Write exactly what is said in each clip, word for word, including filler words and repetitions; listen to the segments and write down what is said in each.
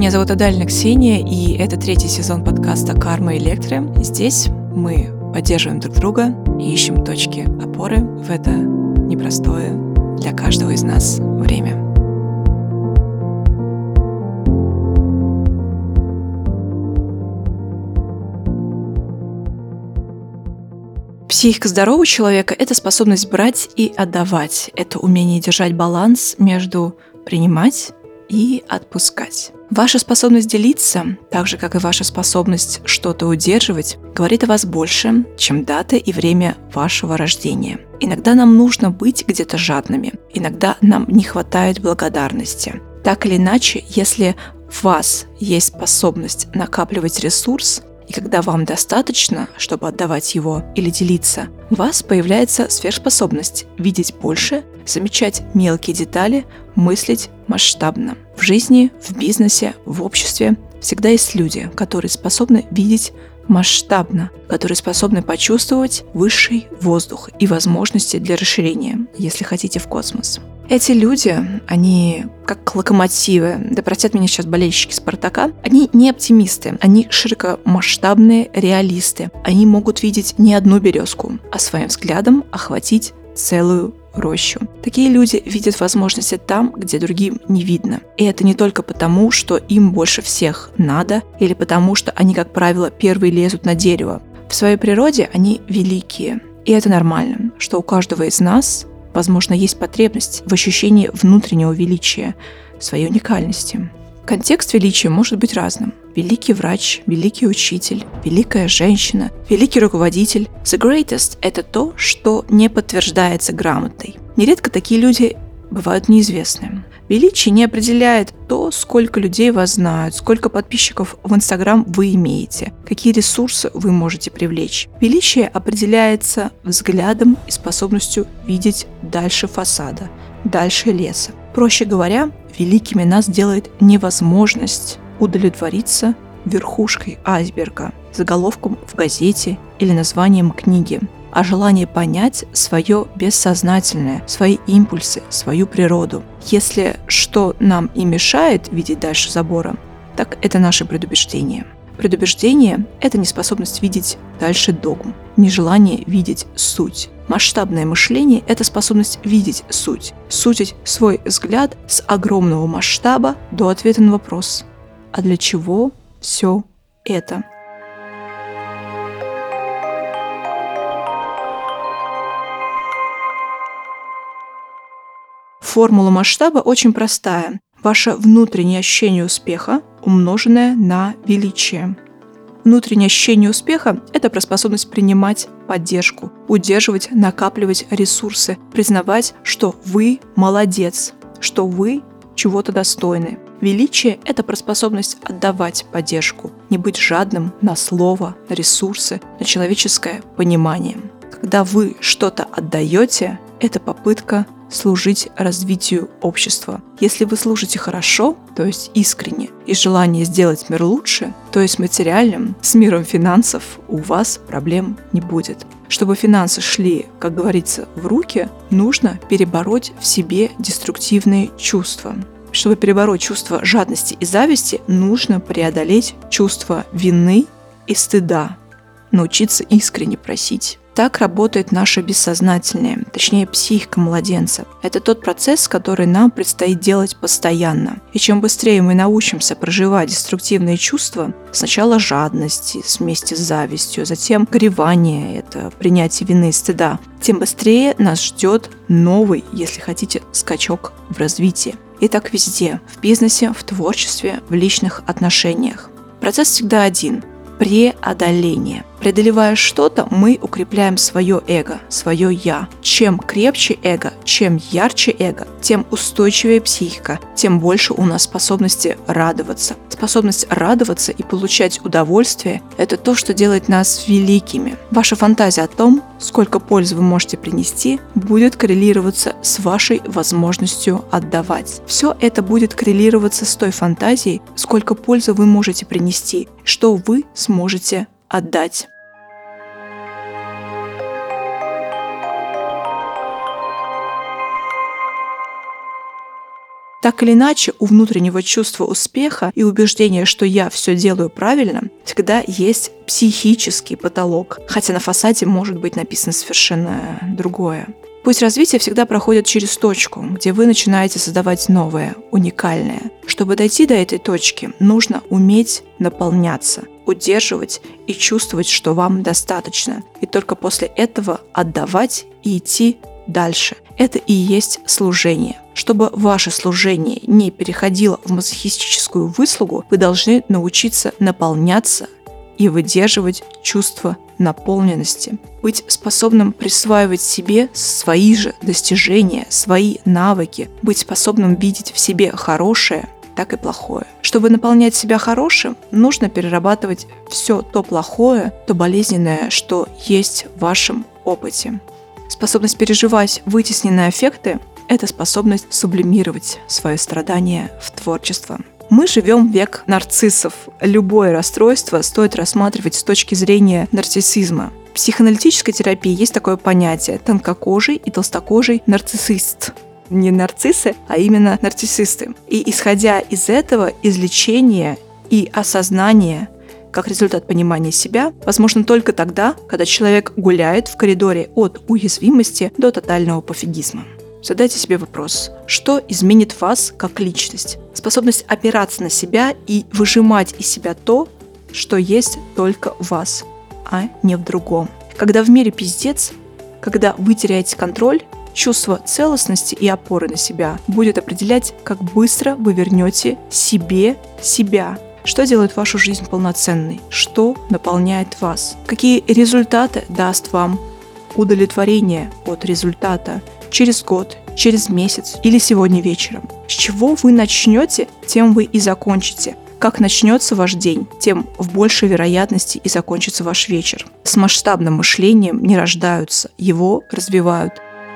Меня зовут Адальна Ксения, и это третий сезон подкаста «Карма Электро». Здесь мы поддерживаем друг друга и ищем точки опоры в это непростое для каждого из нас время. Психика здорового человека — это способность брать и отдавать. Это умение держать баланс между принимать и отпускать. Ваша способность делиться, так же, как и ваша способность что-то удерживать, говорит о вас больше, чем дата и время вашего рождения. Иногда нам нужно быть где-то жадными, иногда нам не хватает благодарности. Так или иначе, если в вас есть способность накапливать ресурс, и когда вам достаточно, чтобы отдавать его или делиться, у вас появляется сверхспособность видеть больше, замечать мелкие детали, мыслить масштабно. В жизни, в бизнесе, в обществе всегда есть люди, которые способны видеть масштабно, которые способны почувствовать высший воздух и возможности для расширения, если хотите, в космос. Эти люди, они как локомотивы, да простят меня сейчас болельщики «Спартака», они не оптимисты, они широкомасштабные реалисты. Они могут видеть не одну березку, а своим взглядом охватить целую рощу. Такие люди видят возможности там, где другим не видно. И это не только потому, что им больше всех надо, или потому, что они, как правило, первые лезут на дерево. В своей природе они великие. И это нормально, что у каждого из нас, возможно, есть потребность в ощущении внутреннего величия, своей уникальности. Контекст величия может быть разным. Великий врач, великий учитель, великая женщина, великий руководитель. The greatest – это то, что не подтверждается грамотой. Нередко такие люди бывают неизвестны. Величие не определяет то, сколько людей вас знают, сколько подписчиков в Инстаграм вы имеете, какие ресурсы вы можете привлечь. Величие определяется взглядом и способностью видеть дальше фасада, дальше леса. Проще говоря, великими нас делает невозможность удовлетвориться верхушкой айсберга, заголовком в газете или названием книги, а желание понять свое бессознательное, свои импульсы, свою природу. Если что нам и мешает видеть дальше забора, так это наши предубеждения. Предубеждение – это неспособность видеть дальше догм, нежелание видеть суть. Масштабное мышление – это способность видеть суть, сузить свой взгляд с огромного масштаба до ответа на вопрос: а для чего все это? Формула масштаба очень простая. Ваше внутреннее ощущение успеха, умноженное на величие. Внутреннее ощущение успеха – это про способность принимать поддержку, удерживать, накапливать ресурсы, признавать, что вы молодец, что вы чего-то достойны. Величие – это про способность отдавать поддержку, не быть жадным на слово, на ресурсы, на человеческое понимание. Когда вы что-то отдаете, это попытка служить развитию общества. Если вы служите хорошо, то есть искренне, и желание сделать мир лучше, то есть материальным, с миром финансов у вас проблем не будет. Чтобы финансы шли, как говорится, в руки, нужно перебороть в себе деструктивные чувства. Чтобы перебороть чувство жадности и зависти, нужно преодолеть чувство вины и стыда, научиться искренне просить. Так работает наше бессознательное, точнее психика младенца. Это тот процесс, который нам предстоит делать постоянно. И чем быстрее мы научимся проживать деструктивные чувства, сначала жадность вместе с завистью, затем горевание, это принятие вины и стыда, тем быстрее нас ждет новый, если хотите, скачок в развитии. И так везде, в бизнесе, в творчестве, в личных отношениях. Процесс всегда один – преодоление. Преодолевая что-то, мы укрепляем свое эго, свое «я». Чем крепче эго, чем ярче эго, тем устойчивее психика, тем больше у нас способности радоваться. Способность радоваться и получать удовольствие – это то, что делает нас великими. Ваша фантазия о том, сколько пользы вы можете принести, будет коррелироваться с вашей возможностью отдавать. Все это будет коррелироваться с той фантазией, сколько пользы вы можете принести, что вы сможете отдать. Так или иначе, у внутреннего чувства успеха и убеждения, что я все делаю правильно, всегда есть психический потолок, хотя на фасаде может быть написано совершенно другое. Путь развития всегда проходит через точку, где вы начинаете создавать новое, уникальное. Чтобы дойти до этой точки, нужно уметь наполняться, удерживать и чувствовать, что вам достаточно. И только после этого отдавать и идти дальше. Это и есть служение. Чтобы ваше служение не переходило в мазохистическую выслугу, вы должны научиться наполняться и выдерживать чувство наполненности, быть способным присваивать себе свои же достижения, свои навыки, быть способным видеть в себе хорошее, так и плохое. Чтобы наполнять себя хорошим, нужно перерабатывать все то плохое, то болезненное, что есть в вашем опыте. Способность переживать вытесненные аффекты – это способность сублимировать свое страдание в творчество. Мы живем в век нарциссов. Любое расстройство стоит рассматривать с точки зрения нарциссизма. В психоаналитической терапии есть такое понятие – тонкокожий и толстокожий нарциссист. Не нарциссы, а именно нарциссисты. И исходя из этого, излечение и осознание, как результат понимания себя, возможно только тогда, когда человек гуляет в коридоре от уязвимости до тотального пофигизма. Задайте себе вопрос, что изменит вас как личность? Способность опираться на себя и выжимать из себя то, что есть только в вас, а не в другом. Когда в мире пиздец, когда вы теряете контроль, чувство целостности и опоры на себя будет определять, как быстро вы вернете себе себя. Что делает вашу жизнь полноценной? Что наполняет вас? Какие результаты даст вам удовлетворение от результата через год, через месяц или сегодня вечером? С чего вы начнете, тем вы и закончите. Как начнется ваш день, тем в большей вероятности и закончится ваш вечер. С масштабным мышлением не рождаются, его развивают.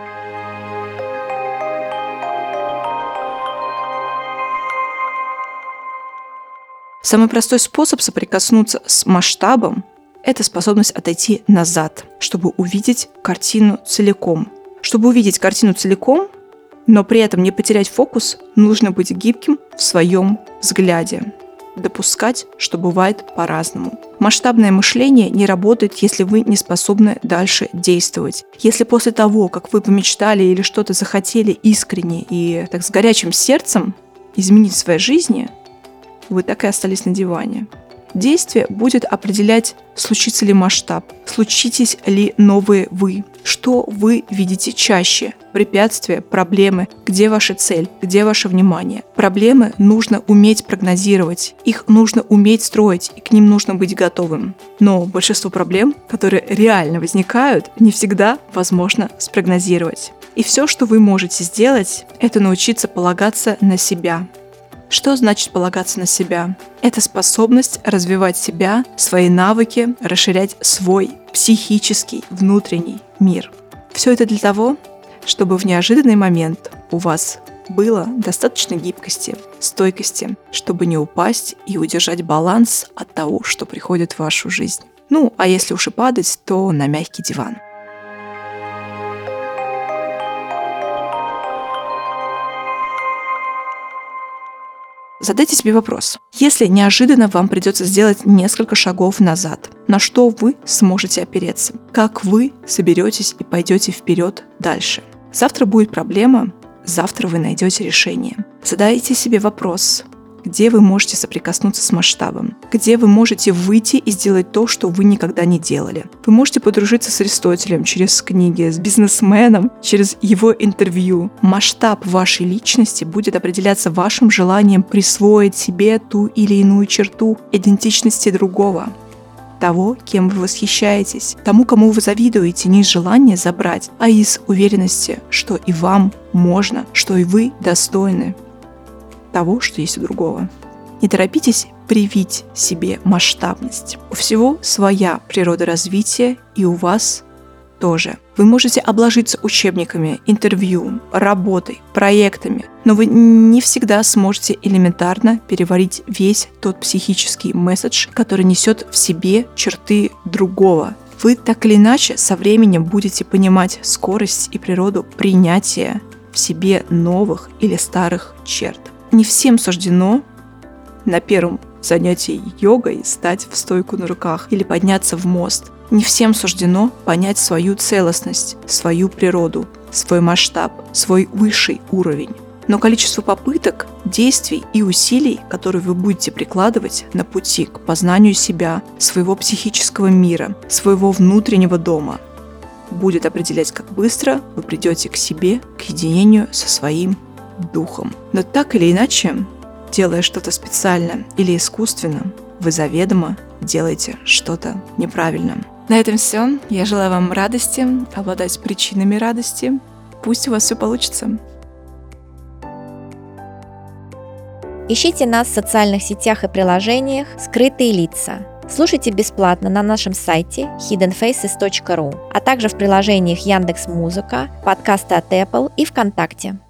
Самый простой способ соприкоснуться с масштабом – это способность отойти назад, чтобы увидеть картину целиком. Чтобы увидеть картину целиком, но при этом не потерять фокус, нужно быть гибким в своем взгляде. Допускать, что бывает по-разному. Масштабное мышление не работает, если вы не способны дальше действовать. Если после того, как вы помечтали или что-то захотели искренне и так с горячим сердцем изменить в своей жизни, вы так и остались на диване. Действие будет определять, случится ли масштаб, случитесь ли новые вы, что вы видите чаще, препятствия, проблемы, где ваша цель, где ваше внимание. Проблемы нужно уметь прогнозировать, их нужно уметь строить, и к ним нужно быть готовым. Но большинство проблем, которые реально возникают, не всегда возможно спрогнозировать. И все, что вы можете сделать, это научиться полагаться на себя. Что значит полагаться на себя? Это способность развивать себя, свои навыки, расширять свой психический внутренний мир. Все это для того, чтобы в неожиданный момент у вас было достаточно гибкости, стойкости, чтобы не упасть и удержать баланс от того, что приходит в вашу жизнь. Ну, а если уж и падать, то на мягкий диван. Задайте себе вопрос. Если неожиданно вам придется сделать несколько шагов назад, на что вы сможете опереться? Как вы соберетесь и пойдете вперед дальше? Завтра будет проблема, завтра вы найдете решение. Задайте себе вопрос. Где вы можете соприкоснуться с масштабом? Где вы можете выйти и сделать то, что вы никогда не делали? Вы можете подружиться с Аристотелем через книги, с бизнесменом через его интервью. Масштаб вашей личности будет определяться вашим желанием присвоить себе ту или иную черту идентичности другого. Того, кем вы восхищаетесь, тому, кому вы завидуете, не из желания забрать, а из уверенности, что и вам можно, что и вы достойны того, что есть у другого. Не торопитесь привить себе масштабность. У всего своя природа развития, и у вас тоже. Вы можете обложиться учебниками, интервью, работой, проектами, но вы не всегда сможете элементарно переварить весь тот психический месседж, который несет в себе черты другого. Вы так или иначе со временем будете понимать скорость и природу принятия в себе новых или старых черт. не всем суждено на первом занятии йогой стать в стойку на руках или подняться в мост. Не всем суждено понять свою целостность, свою природу, свой масштаб, свой высший уровень. Но количество попыток, действий и усилий, которые вы будете прикладывать на пути к познанию себя, своего психического мира, своего внутреннего дома, будет определять, как быстро вы придете к себе, к единению со своим духом. Но так или иначе, делая что-то специально или искусственно, вы заведомо делаете что-то неправильно. На этом все. Я желаю вам радости, обладать причинами радости. Пусть у вас все получится. Ищите нас в социальных сетях и приложениях «Скрытые лица». Слушайте бесплатно на нашем сайте хидден фейсес точка ру, а также в приложениях Яндекс.Музыка, подкасты от Apple и ВКонтакте.